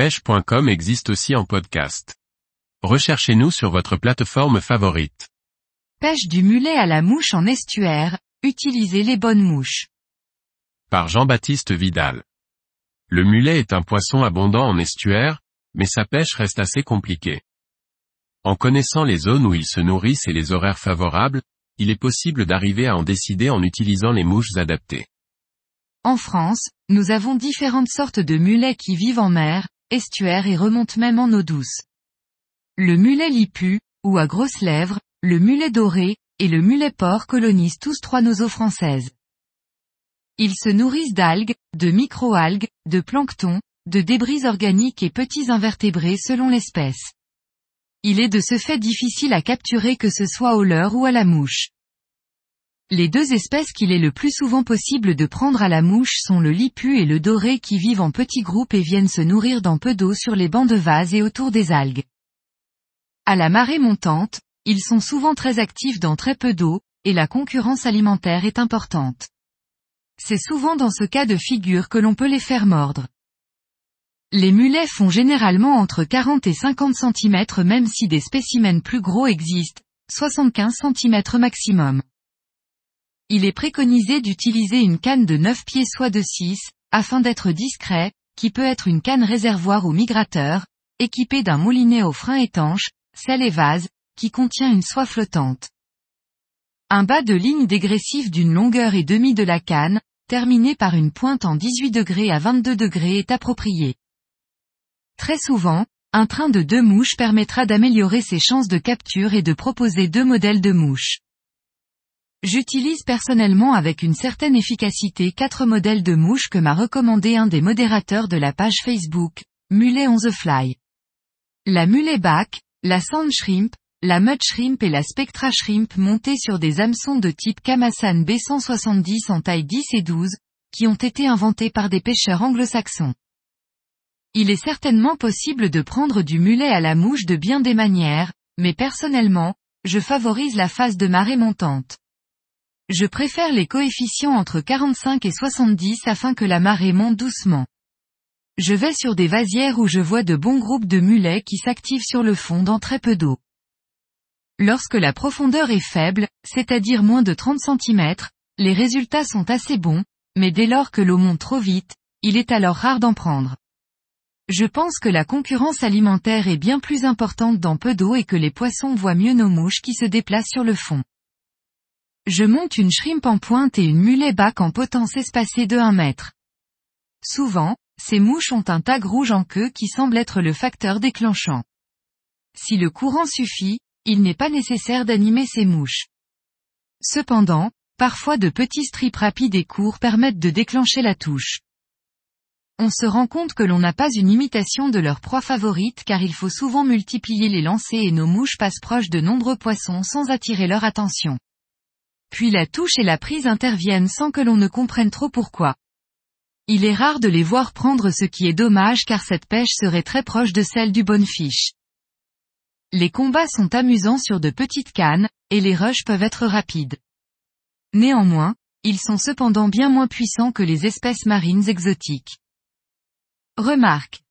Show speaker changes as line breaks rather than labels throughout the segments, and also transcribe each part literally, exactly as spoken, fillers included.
pêche point com existe aussi en podcast. Recherchez-nous sur votre plateforme favorite.
Pêche du mulet à la mouche en estuaire, utilisez les bonnes mouches.
Par Jean-Baptiste Vidal. Le mulet est un poisson abondant en estuaire, mais sa pêche reste assez compliquée. En connaissant les zones où ils se nourrissent et les horaires favorables, il est possible d'arriver à en décider en utilisant les mouches adaptées.
En France, nous avons différentes sortes de mulets qui vivent en mer, estuaire et remontent même en eau douce. Le mulet lipu, ou à grosses lèvres, le mulet doré, et le mulet porc colonisent tous trois nos eaux françaises. Ils se nourrissent d'algues, de microalgues, de plancton, de débris organiques et petits invertébrés selon l'espèce. Il est de ce fait difficile à capturer que ce soit au leurre ou à la mouche. Les deux espèces qu'il est le plus souvent possible de prendre à la mouche sont le lipu et le doré qui vivent en petits groupes et viennent se nourrir dans peu d'eau sur les bancs de vase et autour des algues. À la marée montante, ils sont souvent très actifs dans très peu d'eau, et la concurrence alimentaire est importante. C'est souvent dans ce cas de figure que l'on peut les faire mordre. Les mulets font généralement entre quarante et cinquante centimètres même si des spécimens plus gros existent, soixante-quinze centimètres maximum. Il est préconisé d'utiliser une canne de neuf pieds soit de six, afin d'être discret, qui peut être une canne réservoir ou migrateur, équipée d'un moulinet au frein étanche, selle et vase, qui contient une soie flottante. Un bas de ligne dégressif d'une longueur et demie de la canne, terminé par une pointe en dix-huit degrés à vingt-deux degrés est approprié. Très souvent, un train de deux mouches permettra d'améliorer ses chances de capture et de proposer deux modèles de mouches. J'utilise personnellement avec une certaine efficacité quatre modèles de mouches que m'a recommandé un des modérateurs de la page Facebook, Mulet on the Fly. La mulet back, la sand shrimp, la mud shrimp et la spectra shrimp montées sur des hameçons de type Kamasan B cent soixante-dix en taille dix et douze, qui ont été inventés par des pêcheurs anglo-saxons. Il est certainement possible de prendre du mulet à la mouche de bien des manières, mais personnellement, je favorise la phase de marée montante. Je préfère les coefficients entre quarante-cinq et soixante-dix afin que la marée monte doucement. Je vais sur des vasières où je vois de bons groupes de mulets qui s'activent sur le fond dans très peu d'eau. Lorsque la profondeur est faible, c'est-à-dire moins de trente centimètres, les résultats sont assez bons, mais dès lors que l'eau monte trop vite, il est alors rare d'en prendre. Je pense que la concurrence alimentaire est bien plus importante dans peu d'eau et que les poissons voient mieux nos mouches qui se déplacent sur le fond. Je monte une shrimp en pointe et une mulet back en potence espacée de un mètre. Souvent, ces mouches ont un tag rouge en queue qui semble être le facteur déclenchant. Si le courant suffit, il n'est pas nécessaire d'animer ces mouches. Cependant, parfois de petits strips rapides et courts permettent de déclencher la touche. On se rend compte que l'on n'a pas une imitation de leur proie favorite car il faut souvent multiplier les lancers et nos mouches passent proches de nombreux poissons sans attirer leur attention. Puis la touche et la prise interviennent sans que l'on ne comprenne trop pourquoi. Il est rare de les voir prendre, ce qui est dommage car cette pêche serait très proche de celle du bonefish. Les combats sont amusants sur de petites cannes, et les rushs peuvent être rapides. Néanmoins, ils sont cependant bien moins puissants que les espèces marines exotiques. Remarque.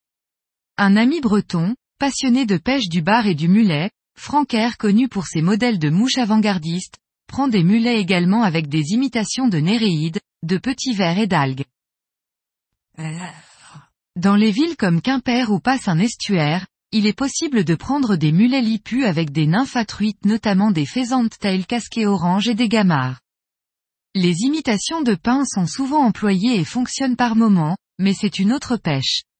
Un ami breton, passionné de pêche du bar et du mulet, Francaire connu pour ses modèles de mouches avant-gardistes, prend des mulets également avec des imitations de néréides, de petits vers et d'algues. Dans les villes comme Quimper où passe un estuaire, il est possible de prendre des mulets lipus avec des nymphes à truites, notamment des pheasant tail casquées orange et des gamards. Les imitations de pin sont souvent employées et fonctionnent par moments, mais c'est une autre pêche.